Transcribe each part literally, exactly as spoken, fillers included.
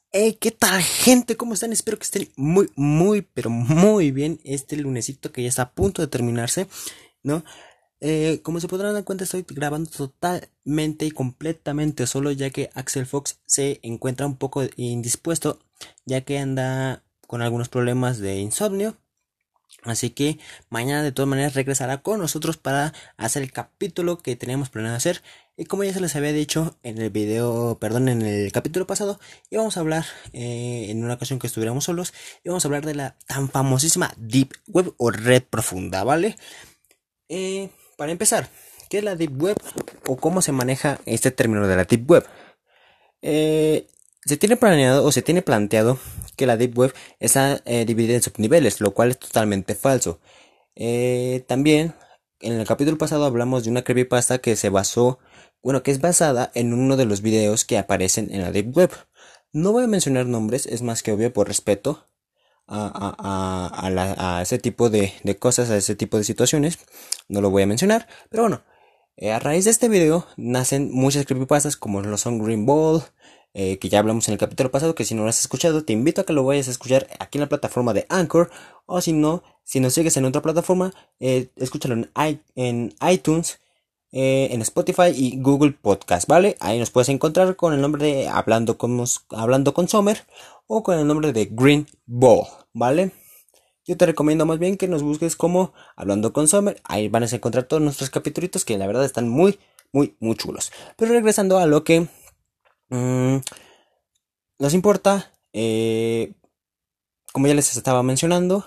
Hey, ¿qué tal, gente? ¿Cómo están? Espero que estén muy, muy, pero muy bien este lunesito que ya está a punto de terminarse, ¿no? Eh, como se podrán dar cuenta, estoy grabando totalmente y completamente solo, ya que Axel Fox se encuentra un poco indispuesto, ya que anda con algunos problemas de insomnio. Así que mañana de todas maneras regresará con nosotros para hacer el capítulo que teníamos planeado hacer. Y como ya se les había dicho en el video, perdón, en el capítulo pasado, íbamos a hablar eh, en una ocasión que estuviéramos solos, íbamos a hablar de la tan famosísima Deep Web o red profunda, ¿vale? Eh, para empezar, ¿qué es la Deep Web o cómo se maneja este término de la Deep Web? Eh, se tiene planeado o se tiene planteado que la Deep Web está eh, dividida en subniveles, lo cual es totalmente falso. Eh, también, en el capítulo pasado hablamos de una creepypasta que se basó, bueno, que es basada en uno de los videos que aparecen en la Deep Web. No voy a mencionar nombres, es más que obvio por respeto a, a, a, a, la, a ese tipo de, de cosas, a ese tipo de situaciones. No lo voy a mencionar, pero bueno. Eh, a raíz de este video nacen muchas creepypastas como lo son Green Ball, eh, que ya hablamos en el capítulo pasado, que si no lo has escuchado te invito a que lo vayas a escuchar aquí en la plataforma de Anchor, o si no, si nos sigues en otra plataforma, eh, escúchalo en, i, en iTunes, eh, en Spotify y Google Podcast, ¿vale? Ahí nos puedes encontrar con el nombre de Hablando con, Hablando con Sommer o con el nombre de Green Ball, ¿vale? Yo te recomiendo más bien que nos busques como Hablando con Sommer. Ahí van a encontrar todos nuestros capítulos que la verdad están muy, muy, muy chulos. Pero regresando a lo que mmm, nos importa, eh, como ya les estaba mencionando,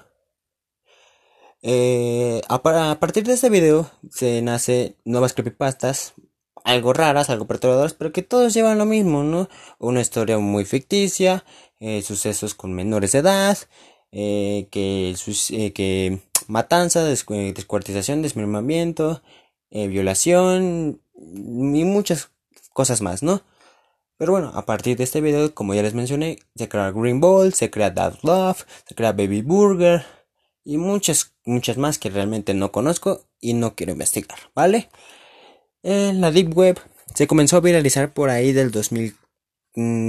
eh, a, a partir de este video se nace nuevas creepypastas, algo raras, algo perturbadoras, pero que todos llevan lo mismo, ¿no? Una historia muy ficticia, eh, sucesos con menores de edad, eh, que, sus, eh, que matanza, descu descuartización, desmembramiento, eh, violación y muchas cosas más, ¿no? Pero bueno, a partir de este video, como ya les mencioné, se crea Green Ball, se crea Dad Love, se crea Baby Burger y muchas, muchas más que realmente no conozco y no quiero investigar, ¿vale? Eh, la Deep Web se comenzó a viralizar por ahí del dos mil, mmm,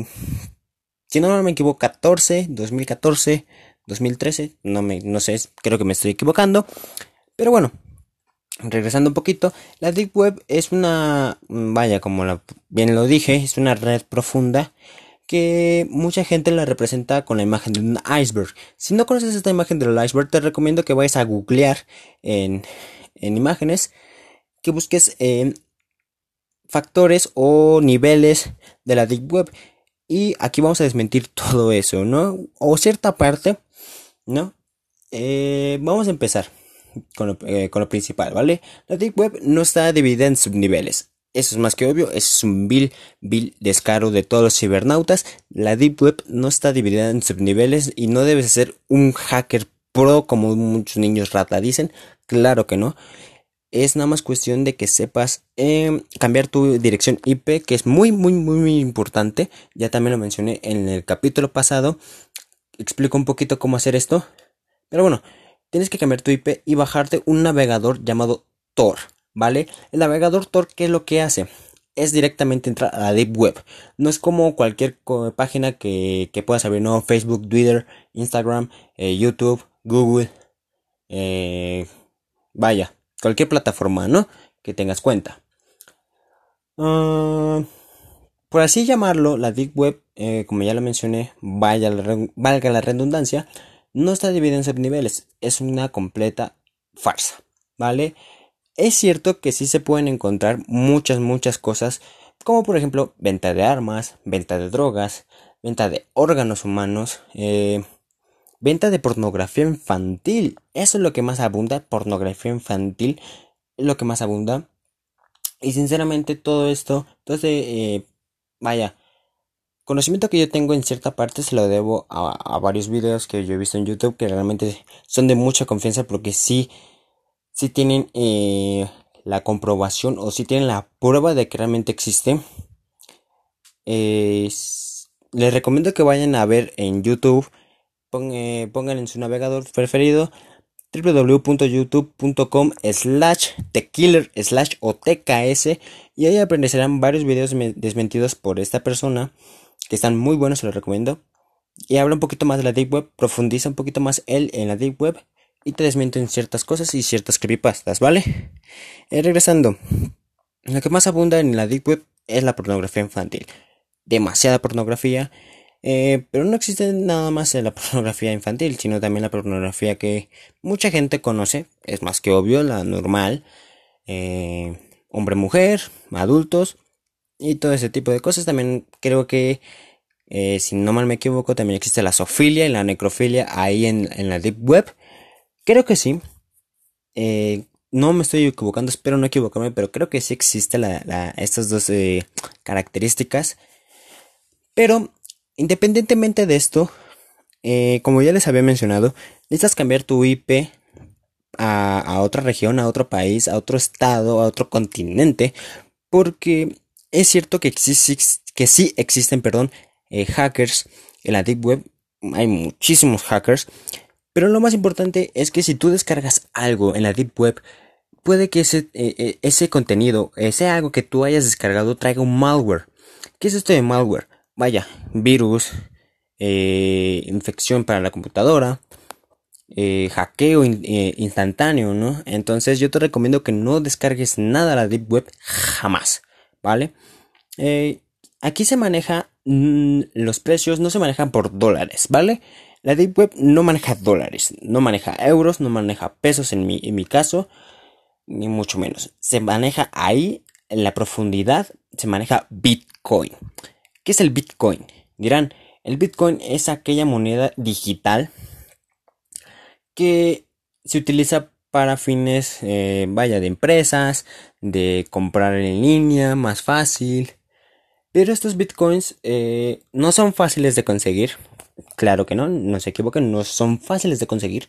si no me equivoco, catorce, dos mil catorce, dos mil trece, no me, no sé, creo que me estoy equivocando, pero bueno, regresando un poquito, la Deep Web es una, vaya, como la, bien lo dije, es una red profunda que mucha gente la representa con la imagen de un iceberg. Si no conoces esta imagen del iceberg, te recomiendo que vayas a googlear en, en imágenes, que busques eh, factores o niveles de la Deep Web. Y aquí vamos a desmentir todo eso, ¿no? O cierta parte, ¿no? Eh, vamos a empezar con lo, eh, con lo principal, ¿vale? La Deep Web no está dividida en subniveles. Eso es más que obvio, es un vil, vil descaro de todos los cibernautas. La Deep Web no está dividida en subniveles y no debes ser un hacker pro como muchos niños rata dicen. Claro que no. Es nada más cuestión de que sepas eh, cambiar tu dirección I P, que es muy, muy, muy, muy importante. Ya también lo mencioné en el capítulo pasado. Explico un poquito cómo hacer esto. Pero bueno, tienes que cambiar tu I P y bajarte un navegador llamado Tor, ¿vale? El navegador Tor, ¿qué es lo que hace? Es directamente entrar a la Deep Web. No es como cualquier página que, que puedas abrir, ¿no? Facebook, Twitter, Instagram, eh, YouTube, Google. Eh, vaya, cualquier plataforma, ¿no? Que tengas cuenta. Uh, por así llamarlo, la Deep Web, eh, como ya lo mencioné, vaya la, valga la redundancia, no está dividida en subniveles, es una completa farsa, ¿vale? Es cierto que sí se pueden encontrar muchas, muchas cosas, como por ejemplo venta de armas, venta de drogas, venta de órganos humanos, eh, venta de pornografía infantil. Eso es lo que más abunda, pornografía infantil, es lo que más abunda. Y sinceramente todo esto, entonces, eh, vaya, conocimiento que yo tengo en cierta parte se lo debo a, a varios videos que yo he visto en YouTube que realmente son de mucha confianza porque sí, sí tienen eh, la comprobación o sí tienen la prueba de que realmente existe. Eh, les recomiendo que vayan a ver en YouTube, pon, eh, pongan en su navegador preferido w w w punto youtube punto com slash tekiller slash o tks y ahí aprenderán varios videos desmentidos por esta persona que están muy buenos, se los recomiendo. Y habla un poquito más de la Deep Web, profundiza un poquito más él en la Deep Web y te desmienten ciertas cosas y ciertas creepypastas, ¿vale? Eh, regresando, lo que más abunda en la Deep Web es la pornografía infantil. Demasiada pornografía, eh, pero no existe nada más en la pornografía infantil, sino también la pornografía que mucha gente conoce, es más que obvio, la normal, eh, hombre-mujer, adultos y todo ese tipo de cosas. También creo que, eh, si no mal me equivoco, también existe la zoofilia y la necrofilia ahí en, en la Deep Web. Creo que sí. Eh, no me estoy equivocando, espero no equivocarme, pero creo que sí existe la, la, estas dos eh, características. Pero independientemente de esto, eh, como ya les había mencionado, necesitas cambiar tu I P a, a otra región, a otro país, a otro estado, a otro continente, porque es cierto que, exis- que sí existen, perdón, eh, hackers en la Deep Web. Hay muchísimos hackers, pero lo más importante es que si tú descargas algo en la Deep Web, puede que ese, eh, eh, ese contenido, ese algo que tú hayas descargado, traiga un malware. ¿Qué es esto de malware? Vaya, virus, eh, infección para la computadora, eh, hackeo in- eh, instantáneo, ¿no? Entonces yo te recomiendo que no descargues nada a la Deep Web jamás, ¿vale? Eh, Aquí se maneja, mm, los precios no se manejan por dólares, ¿vale? La Deep Web no maneja dólares, no maneja euros, no maneja pesos en mi, en mi caso, ni mucho menos. Se maneja ahí, en la profundidad, se maneja Bitcoin. ¿Qué es el Bitcoin? Dirán, el Bitcoin es aquella moneda digital que se utiliza para fines, eh, vaya, de empresas, de comprar en línea, más fácil. Pero estos bitcoins eh, no son fáciles de conseguir. Claro que no, no se equivoquen, no son fáciles de conseguir.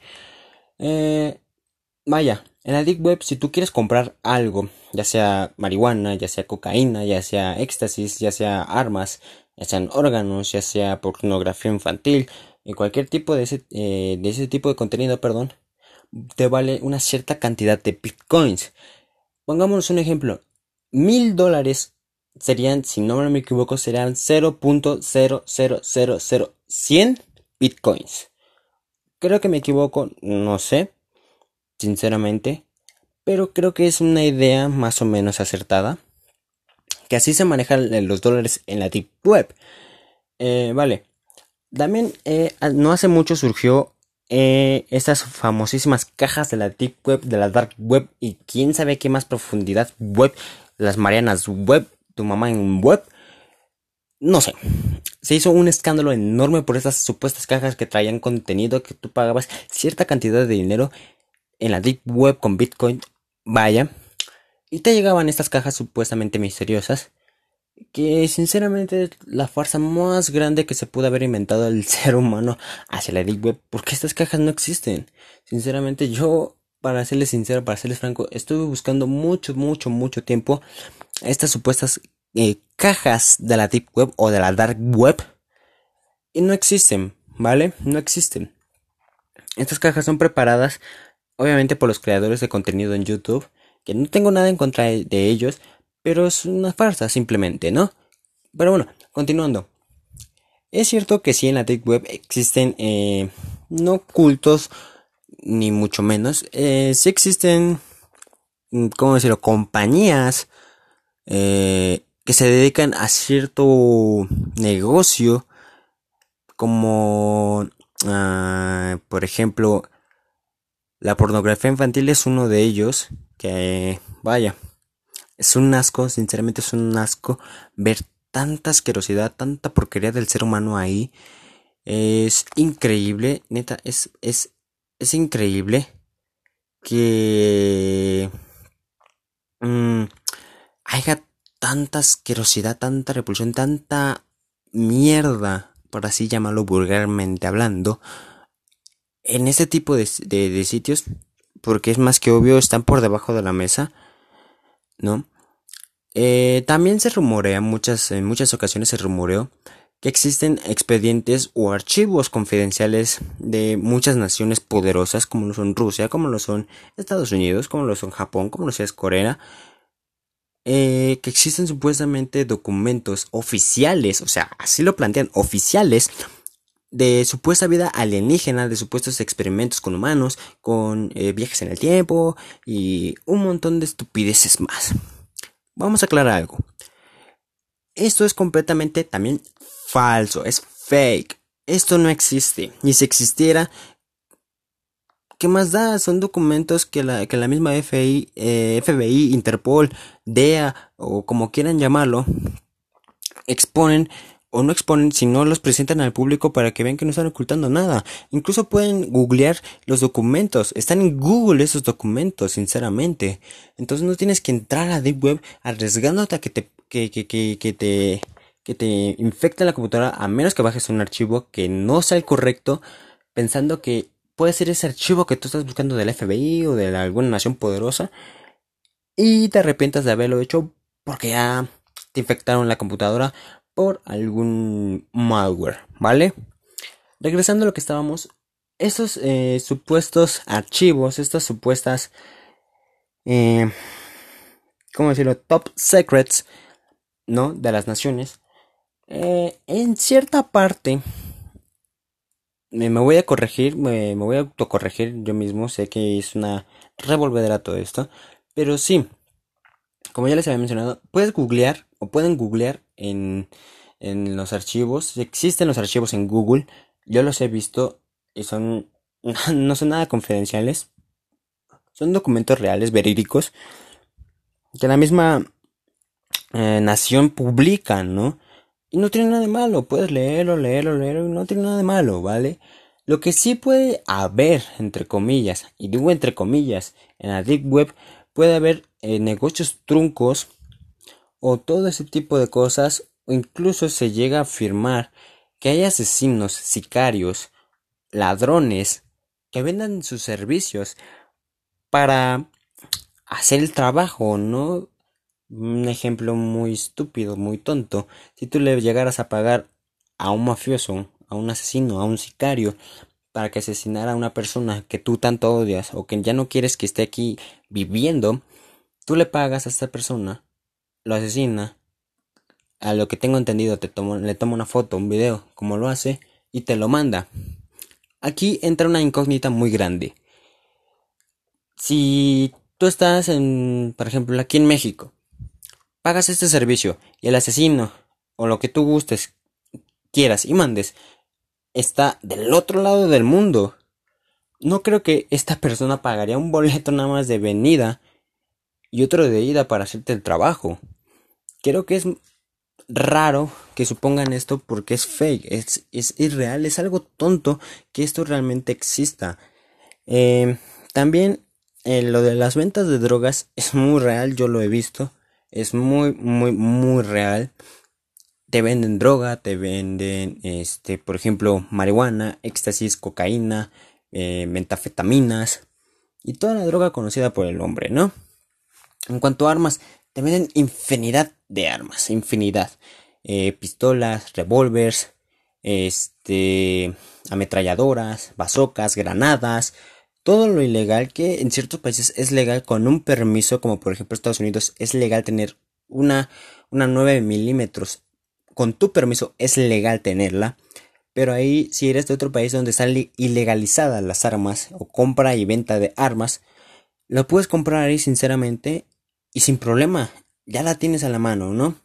Eh, Vaya, en la Deep Web, si tú quieres comprar algo, ya sea marihuana, ya sea cocaína, ya sea éxtasis, ya sea armas, ya sean órganos, ya sea pornografía infantil, y cualquier tipo de ese, eh, de ese tipo de contenido, perdón, te vale una cierta cantidad de bitcoins. Pongámonos un ejemplo. Mil dólares serían, si no me equivoco, serían cero punto cero cero cero cero cien bitcoins. Creo que me equivoco, no sé, sinceramente, pero creo que es una idea más o menos acertada. Que así se manejan los dólares en la Deep Web. Eh, vale. También eh, no hace mucho surgió eh, estas famosísimas cajas de la Deep Web, de la Dark Web y quién sabe qué más profundidad web, las Marianas Web, tu mamá en web. No sé. Se hizo un escándalo enorme por estas supuestas cajas que traían contenido que tú pagabas cierta cantidad de dinero en la Deep Web con Bitcoin. Vaya. Y te llegaban estas cajas supuestamente misteriosas, que sinceramente es la farsa más grande que se pudo haber inventado el ser humano hacia la Deep Web, porque estas cajas no existen. Sinceramente yo, para serles sincero, para serles franco, estuve buscando mucho, mucho, mucho tiempo estas supuestas eh, cajas de la Deep Web o de la Dark Web y no existen, ¿vale? No existen. Estas cajas son preparadas obviamente por los creadores de contenido en YouTube, que no tengo nada en contra de de ellos, pero es una farsa simplemente, ¿no? Pero bueno, continuando. Es cierto que sí en la Deep Web existen, eh, no cultos, ni mucho menos. Eh, sí existen, mm, ¿cómo decirlo? Compañías eh, que se dedican a cierto negocio, como, ah, por ejemplo, la pornografía infantil es uno de ellos. Que, vaya, es un asco, sinceramente es un asco ver tanta asquerosidad, tanta porquería del ser humano ahí. Es increíble, neta, es, es, es increíble que mm, haya tanta asquerosidad, tanta repulsión, tanta mierda, por así llamarlo vulgarmente hablando, en este tipo de, de, de sitios, porque es más que obvio, están por debajo de la mesa, ¿no? Eh, también se rumorea, muchas, en muchas ocasiones se rumoreó que existen expedientes o archivos confidenciales de muchas naciones poderosas, como lo son Rusia, como lo son Estados Unidos, como lo son Japón, como lo es Corea, eh, que existen supuestamente documentos oficiales, o sea, así lo plantean, oficiales, de supuesta vida alienígena, de supuestos experimentos con humanos, con eh, viajes en el tiempo y un montón de estupideces más. Vamos a aclarar algo. Esto es completamente también falso, es fake. Esto no existe. Y si existiera, ¿qué más da? Son documentos que la, que la misma F I, eh, F B I, Interpol, D E A o como quieran llamarlo, exponen o no exponen, si no los presentan al público para que vean que no están ocultando nada. Incluso pueden googlear los documentos. Están en Google esos documentos, sinceramente. Entonces no tienes que entrar a Deep Web arriesgándote a que te que, que, que, que te que te infecte la computadora, a menos que bajes un archivo que no sea el correcto, pensando que puede ser ese archivo que tú estás buscando del F B I o de alguna nación poderosa y te arrepientas de haberlo hecho porque ya te infectaron la computadora por algún malware, ¿vale? Regresando a lo que estábamos, estos eh, supuestos archivos, estas supuestas, eh, ¿cómo decirlo? Top secrets, ¿no? De las naciones, eh, en cierta parte, me, me voy a corregir, me, me voy a autocorregir yo mismo, sé que es una revolvedera todo esto, pero sí, como ya les había mencionado, puedes googlear o pueden googlear en, en los archivos. Existen los archivos en Google. Yo los he visto y son no son nada confidenciales. Son documentos reales, verídicos, que la misma eh, nación publica, ¿no? Y no tiene nada de malo. Puedes leerlo, leerlo, leerlo y no tiene nada de malo, ¿vale? Lo que sí puede haber, entre comillas, y digo entre comillas, en la Deep Web, puede haber eh, negocios truncos o todo ese tipo de cosas, o incluso se llega a afirmar que hay asesinos, sicarios, ladrones que vendan sus servicios para hacer el trabajo, ¿no? Un ejemplo muy estúpido, muy tonto. Si tú le llegaras a pagar a un mafioso, a un asesino, a un sicario, para que asesinara a una persona que tú tanto odias o que ya no quieres que esté aquí viviendo, tú le pagas a esta persona, lo asesina, a lo que tengo entendido te tomo, le toma una foto, un video, como lo hace, y te lo manda. Aquí entra una incógnita muy grande. Si tú estás en, por ejemplo, aquí en México, pagas este servicio y el asesino, o lo que tú gustes, quieras y mandes, está del otro lado del mundo, no creo que esta persona pagaría un boleto nada más de venida y otro de ida para hacerte el trabajo. Creo que es raro que supongan esto porque es fake, es, es irreal, es algo tonto que esto realmente exista. Eh, también eh, lo de las ventas de drogas es muy real, yo lo he visto, es muy, muy, muy real. Te venden droga, te venden, este, por ejemplo, marihuana, éxtasis, cocaína, eh, metafetaminas y toda la droga conocida por el hombre, ¿no? En cuanto a armas, te venden infinidad de armas, infinidad. Eh, pistolas, revólveres, este, ametralladoras, bazocas, granadas, todo lo ilegal que en ciertos países es legal con un permiso, como por ejemplo Estados Unidos es legal tener una, una nueve milímetros. Con tu permiso es legal tenerla. Pero ahí, si eres de otro país donde están ilegalizadas las armas o compra y venta de armas, lo puedes comprar ahí sinceramente y sin problema. Ya la tienes a la mano, ¿no?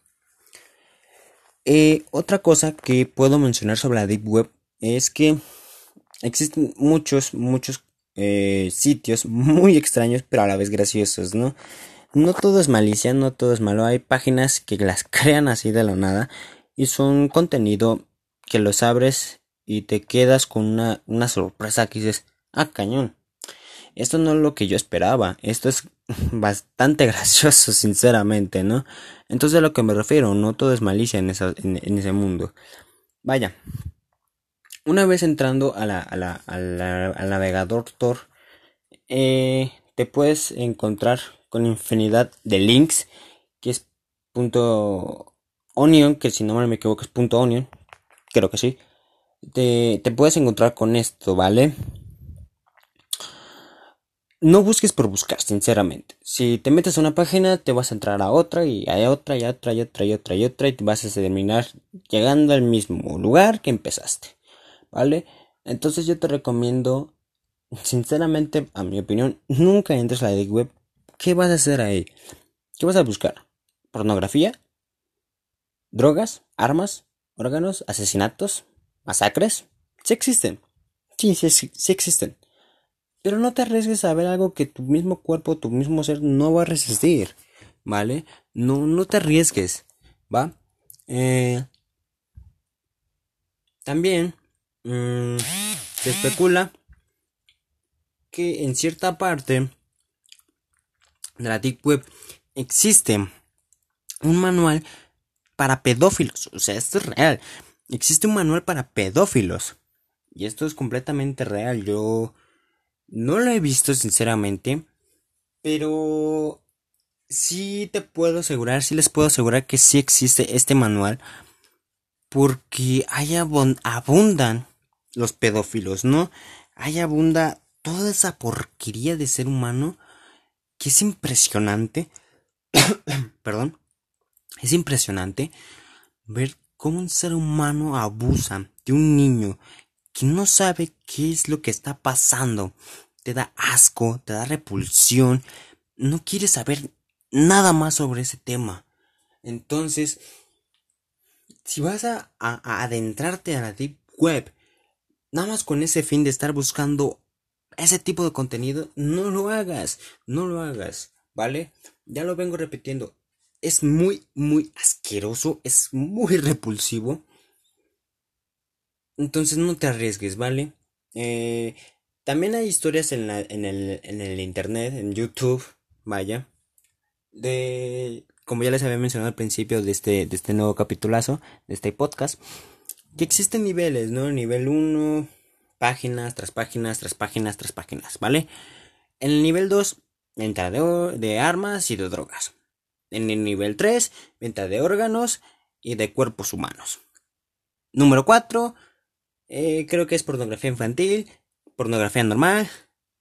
Eh, otra cosa que puedo mencionar sobre la Deep Web es que existen muchos, muchos eh, sitios muy extraños, pero a la vez graciosos, ¿no? No todo es malicia, no todo es malo. Hay páginas que las crean así de la nada y son contenido que los abres y te quedas con una, una sorpresa que dices, ah, cañón. Esto no es lo que yo esperaba. Esto es bastante gracioso, sinceramente, ¿no? Entonces a lo que me refiero, no todo es malicia en, esa, en, en ese mundo. Vaya. Una vez entrando a la, a la, a la, al navegador Tor, eh, te puedes encontrar con infinidad de links, que es punto onion, que si no me equivoco es punto onion, creo que sí. Te, te puedes encontrar con esto, ¿vale? no busques por buscar, sinceramente. Si te metes a una página, te vas a entrar a otra y a otra y a otra y a otra y a otra y otra y te vas a terminar llegando al mismo lugar que empezaste, ¿vale? Entonces yo te recomiendo, sinceramente, a mi opinión, nunca entres a la Deep Web. ¿Qué vas a hacer ahí? ¿Qué vas a buscar? ¿Pornografía? ¿Drogas? ¿Armas? ¿Órganos? ¿Asesinatos? ¿Masacres? Sí existen. Sí, sí, sí, sí existen. Pero no te arriesgues a ver algo que tu mismo cuerpo, tu mismo ser no va a resistir, ¿vale? No, no te arriesgues, ¿va? Eh, también mmm, se especula que en cierta parte de la Deep Web existe un manual para pedófilos. O sea, esto es real. Existe un manual para pedófilos. Y esto es completamente real. Yo no lo he visto sinceramente. Pero sí te puedo asegurar, sí les puedo asegurar que sí existe este manual. Porque ahí abundan los pedófilos, ¿no? Ahí abunda toda esa porquería de ser humano que es impresionante. Perdón. Es impresionante ver cómo un ser humano abusa de un niño que no sabe qué es lo que está pasando. Te da asco, te da repulsión, no quieres saber nada más sobre ese tema. Entonces, si vas a, a, a adentrarte a la Deep Web, nada más con ese fin de estar buscando ese tipo de contenido, no lo hagas, no lo hagas, ¿vale? Ya lo vengo repitiendo, es muy, muy asqueroso, es muy repulsivo. Entonces no te arriesgues, ¿vale? Eh, también hay historias en, la, en, el, en el internet, en YouTube, vaya, de, como ya les había mencionado al principio de este, de este nuevo capitulazo, de este podcast, que existen niveles, ¿no? Nivel uno, páginas tras páginas, tras páginas, tras páginas, ¿vale? En el nivel dos, venta de, de armas y de drogas. En el nivel tres, venta de órganos y de cuerpos humanos. Número cuatro, eh, creo que es pornografía infantil, pornografía normal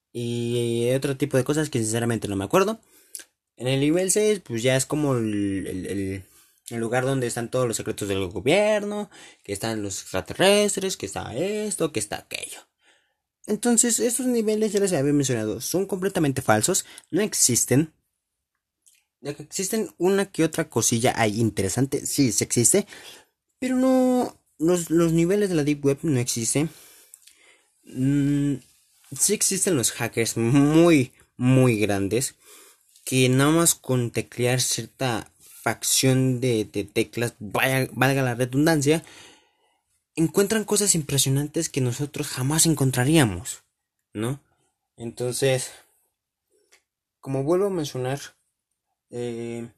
y otro tipo de cosas que sinceramente no me acuerdo. En el nivel seis, pues ya es como el, el, el, el lugar donde están todos los secretos del gobierno, que están los extraterrestres, que está esto, que está aquello. Entonces, estos niveles ya les había mencionado, son completamente falsos, no existen. De que existen una que otra cosilla ahí interesante, sí, sí existe, pero no, los, los niveles de la Deep Web no existen. Mm, sí existen los hackers muy, muy grandes, que nada más con teclear cierta facción de, de teclas, vaya, valga la redundancia, encuentran cosas impresionantes que nosotros jamás encontraríamos, ¿no? Entonces, como vuelvo a mencionar, eh,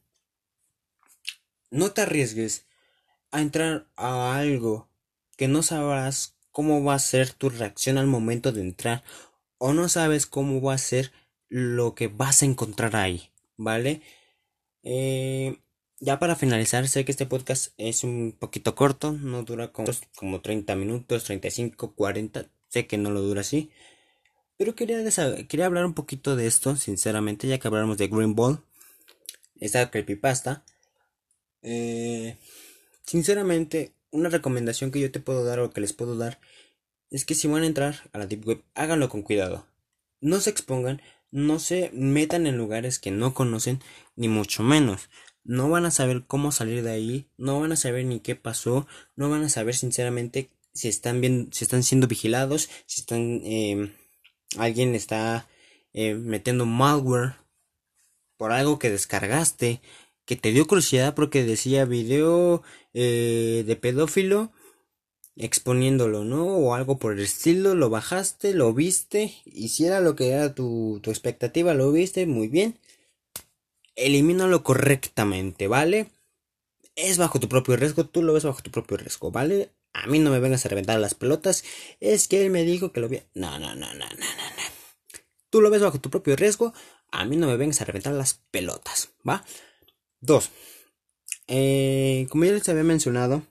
no te arriesgues a entrar a algo que no sabrás cómo va a ser tu reacción al momento de entrar o no sabes cómo va a ser lo que vas a encontrar ahí, ¿vale? Eh, ya para finalizar, sé que este podcast es un poquito corto, no dura como, como treinta minutos, treinta y cinco, cuarenta, sé que no lo dura así, pero quería, quería hablar un poquito de esto, sinceramente, ya que hablamos de Green Ball, esta creepypasta. Eh, sinceramente, una recomendación que yo te puedo dar o que les puedo dar es que si van a entrar a la Deep Web, háganlo con cuidado. No se expongan, no se metan en lugares que no conocen, ni mucho menos. No van a saber cómo salir de ahí, no van a saber ni qué pasó, no van a saber sinceramente si están bien, si están siendo vigilados, si están eh, alguien está eh, metiendo malware por algo que descargaste, que te dio curiosidad porque decía video eh, de pedófilo exponiéndolo, ¿no? O algo por el estilo, lo bajaste, lo viste, y si era lo que era tu, tu expectativa, lo viste, muy bien. Elimínalo correctamente, ¿vale? Es bajo tu propio riesgo, tú lo ves bajo tu propio riesgo, ¿vale? A mí no me vengas a reventar las pelotas, es que él me dijo que lo vi. No, no, no, no, no, no, no. Tú lo ves bajo tu propio riesgo, a mí no me vengas a reventar las pelotas, ¿va? Dos. Eh, como ya les había mencionado,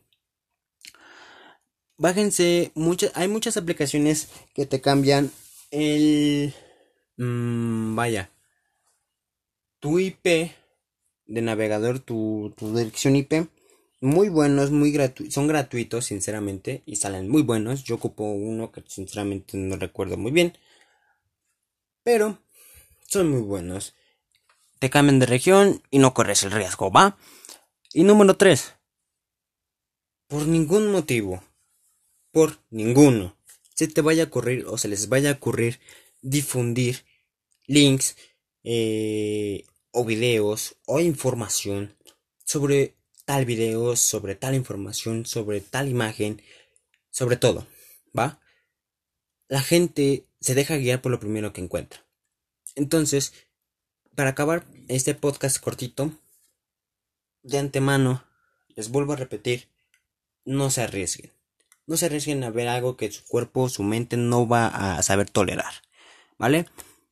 bájense, muchas, hay muchas aplicaciones que te cambian el, mm, vaya, tu I P de navegador, tu, tu dirección I P, muy buenos, muy gratu son gratuitos, sinceramente, y salen muy buenos. Yo ocupo uno que sinceramente no recuerdo muy bien, pero son muy buenos. Te cambian de región y no corres el riesgo, ¿va? Y número tres, por ningún motivo, por ninguno, se te vaya a ocurrir o se les vaya a ocurrir difundir links eh, o videos o información sobre tal video, sobre tal información, sobre tal imagen, sobre todo, ¿va? La gente se deja guiar por lo primero que encuentra. Entonces, para acabar este podcast cortito, de antemano, les vuelvo a repetir, no se arriesguen. No se arriesguen a ver algo que su cuerpo, su mente no va a saber tolerar, ¿vale?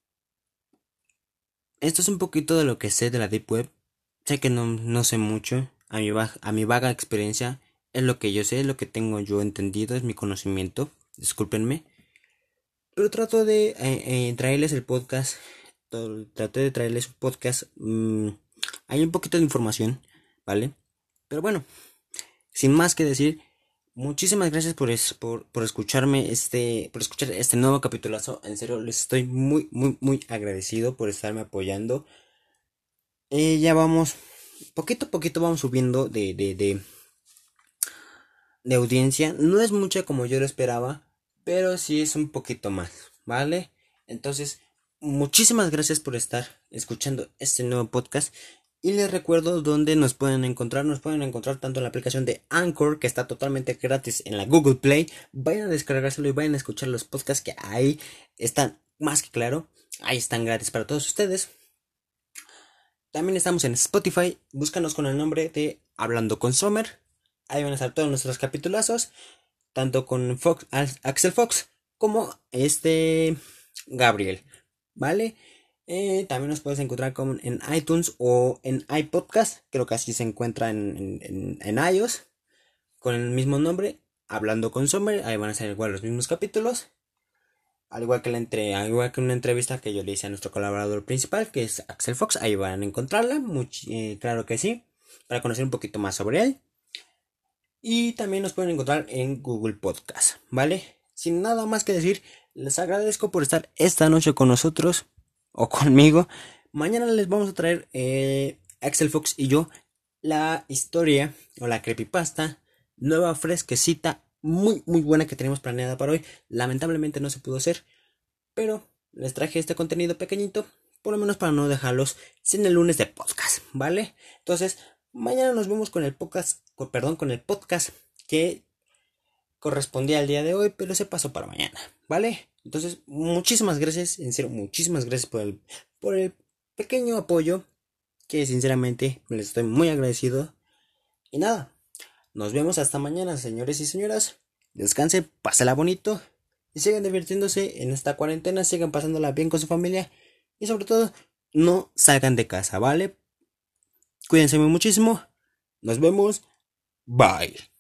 Esto es un poquito de lo que sé de la Deep Web. Sé que no, no sé mucho. A mi, vaga, a mi vaga experiencia es lo que yo sé, es lo que tengo yo entendido, es mi conocimiento. Discúlpenme. Pero trato de eh, eh, traerles el podcast. Todo, traté de traerles un podcast. Mmm, hay un poquito de información, ¿vale? Pero bueno, sin más que decir, muchísimas gracias por, es, por, por escucharme este, por escuchar este nuevo capitulazo. En serio, les estoy muy, muy, muy agradecido por estarme apoyando. Eh, ya vamos, poquito a poquito vamos subiendo de, de, de, de audiencia. No es mucha como yo lo esperaba, pero sí es un poquito más, ¿vale? Entonces, muchísimas gracias por estar escuchando este nuevo podcast. Y les recuerdo dónde nos pueden encontrar. Nos pueden encontrar tanto en la aplicación de Anchor, que está totalmente gratis en la Google Play. Vayan a descargárselo y vayan a escuchar los podcasts que ahí están más que claro. Ahí están gratis para todos ustedes. También estamos en Spotify. Búscanos con el nombre de Hablando con Sommer. Ahí van a estar todos nuestros capitulazos. Tanto con Fox, Axel Fox como este Gabriel. ¿Vale? Eh, también nos puedes encontrar con, en iTunes o en iPodcast. Creo que así se encuentra en, en, en, en iOS. Con el mismo nombre. Hablando con Sommer. Ahí van a ser igual los mismos capítulos. Al igual que la entre, al igual que una entrevista que yo le hice a nuestro colaborador principal, que es Axel Fox, ahí van a encontrarla, muy, eh, claro que sí, para conocer un poquito más sobre él. Y también nos pueden encontrar en Google Podcast, ¿vale? Sin nada más que decir, les agradezco por estar esta noche con nosotros, o conmigo. Mañana les vamos a traer, eh, Axel Fox y yo, la historia, o la creepypasta, nueva, fresquecita, muy muy buena que tenemos planeada para hoy. Lamentablemente no se pudo hacer, pero les traje este contenido pequeñito, por lo menos para no dejarlos sin el lunes de podcast, ¿vale? Entonces, mañana nos vemos con el podcast, con, perdón, con el podcast que correspondía al día de hoy, pero se pasó para mañana, ¿vale? Entonces, muchísimas gracias, en serio, muchísimas gracias por el, por el pequeño apoyo, que sinceramente les estoy muy agradecido. Y nada, nos vemos hasta mañana, señores y señoras. Descansen, pásala bonito y sigan divirtiéndose en esta cuarentena, sigan pasándola bien con su familia y sobre todo no salgan de casa, ¿vale? Cuídense muchísimo. Nos vemos. Bye.